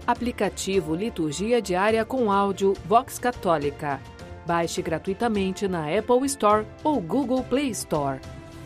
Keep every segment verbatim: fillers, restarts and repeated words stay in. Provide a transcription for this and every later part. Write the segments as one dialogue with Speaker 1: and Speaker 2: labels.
Speaker 1: Aplicativo Liturgia Diária com áudio Vox Católica. Baixe gratuitamente na Apple Store ou Google Play Store.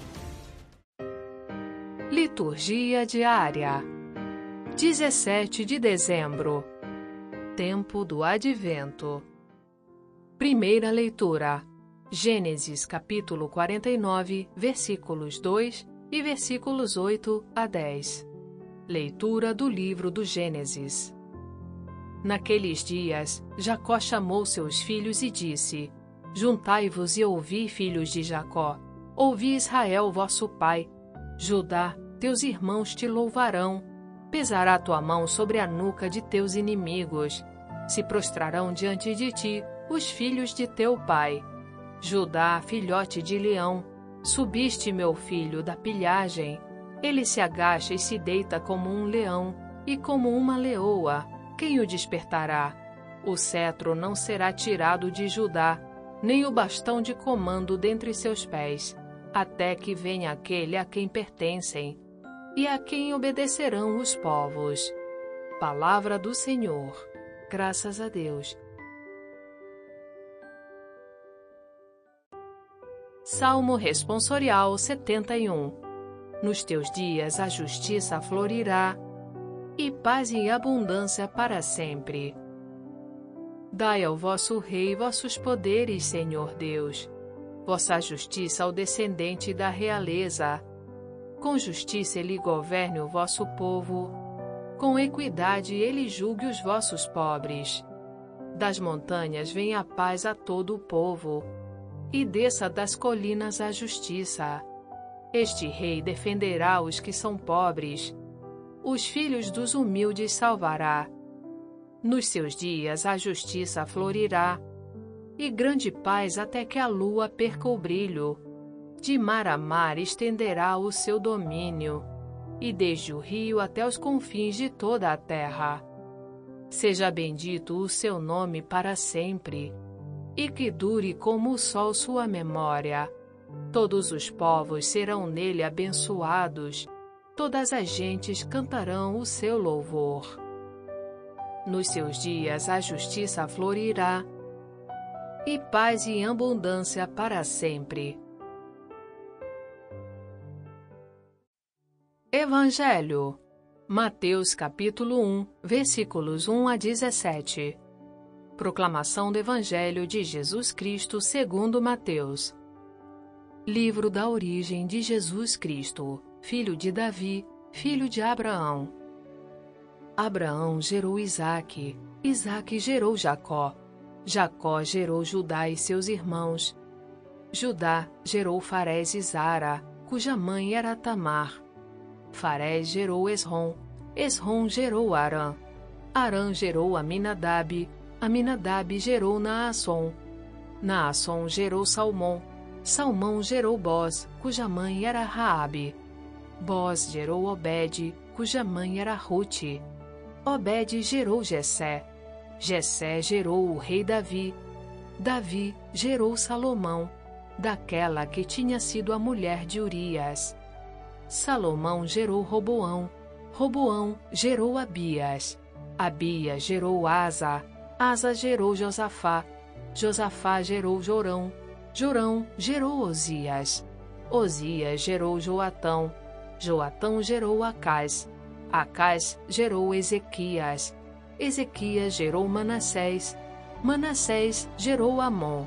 Speaker 1: Liturgia Diária. dezessete de dezembro. Tempo do Advento. Primeira leitura. Gênesis capítulo quarenta e nove, versículos dois e versículos oito a dez. Leitura do livro do Gênesis. Naqueles dias, Jacó chamou seus filhos e disse: Juntai-vos e ouvi, filhos de Jacó. Ouvi, Israel, vosso pai. Judá, teus irmãos te louvarão. Pesará tua mão sobre a nuca de teus inimigos. Se prostrarão diante de ti os filhos de teu pai. Judá, filhote de leão, subiste, meu filho, da pilhagem. Ele se agacha e se deita como um leão e como uma leoa. Quem o despertará? O cetro não será tirado de Judá, nem o bastão de comando dentre seus pés, até que venha aquele a quem pertencem, e a quem obedecerão os povos. Palavra do Senhor. Graças a Deus. Salmo Responsorial setenta e um. Nos teus dias a justiça florirá, e paz e abundância para sempre. Dai ao vosso rei vossos poderes, Senhor Deus, vossa justiça ao descendente da realeza. Com justiça ele governe o vosso povo, com equidade ele julgue os vossos pobres. Das montanhas venha a paz a todo o povo, e desça das colinas a justiça. Este rei defenderá os que são pobres, os filhos dos humildes salvará. Nos seus dias a justiça florirá, e grande paz até que a lua perca o brilho. De mar a mar estenderá o seu domínio, e desde o rio até os confins de toda a terra. Seja bendito o seu nome para sempre, e que dure como o sol sua memória. Todos os povos serão nele abençoados, todas as gentes cantarão o seu louvor. Nos seus dias a justiça florirá, e paz e abundância para sempre. Evangelho. Mateus capítulo um, versículos um a dezessete. Proclamação do Evangelho de Jesus Cristo segundo Mateus. Livro da origem de Jesus Cristo, filho de Davi, filho de Abraão. Abraão gerou Isaque, Isaque gerou Jacó, Jacó gerou Judá e seus irmãos. Judá gerou Farés e Zara, cuja mãe era Tamar. Farés gerou Esrom, Esrom gerou Arã, Arã gerou Aminadab, Aminadab gerou Naasson, Naasson gerou Salmão, Salmão gerou Boz, cuja mãe era Raabe. Boz gerou Obed, cuja mãe era Rute. Obed gerou Jessé. Jessé gerou o rei Davi. Davi gerou Salomão, daquela que tinha sido a mulher de Urias. Salomão gerou Roboão. Roboão gerou Abias. Abias gerou Asa. Asa gerou Josafá. Josafá gerou Jorão. Jorão gerou Osias. Osias gerou Joatão. Joatão gerou Acás. Acás gerou Ezequias. Ezequias gerou Manassés. Manassés gerou Amon.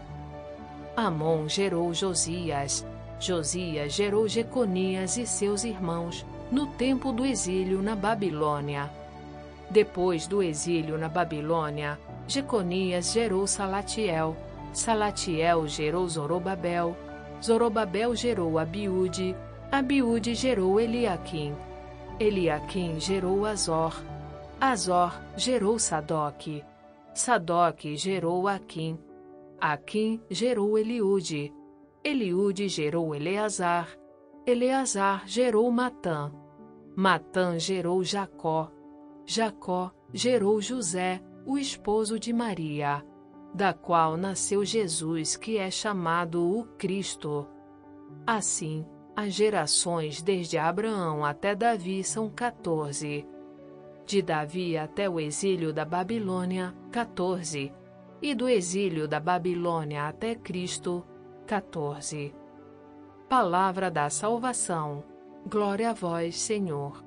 Speaker 1: Amon gerou Josias. Josias gerou Jeconias e seus irmãos, no tempo do exílio na Babilônia. Depois do exílio na Babilônia, Jeconias gerou Salatiel. Salatiel gerou Zorobabel. Zorobabel gerou Abiúde. Abiúde gerou Eliaquim. Eliaquim gerou Azor. Azor gerou Sadoque. Sadoque gerou Aquim. Aquim gerou Eliúde. Eliúde gerou Eleazar. Eleazar gerou Matã. Matã gerou Jacó. Jacó gerou José, o esposo de Maria, da qual nasceu Jesus, que é chamado o Cristo. Assim, as gerações desde Abraão até Davi são quatorze. De Davi até o exílio da Babilônia, quatorze. E do exílio da Babilônia até Cristo, quatorze. Palavra da salvação. Glória a vós, Senhor.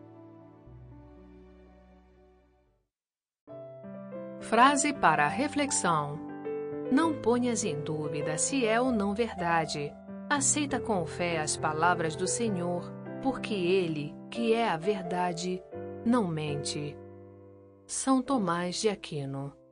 Speaker 1: Frase para a reflexão. Não ponhas em dúvida se é ou não verdade. Aceita com fé as palavras do Senhor, porque Ele, que é a verdade, não mente. São Tomás de Aquino.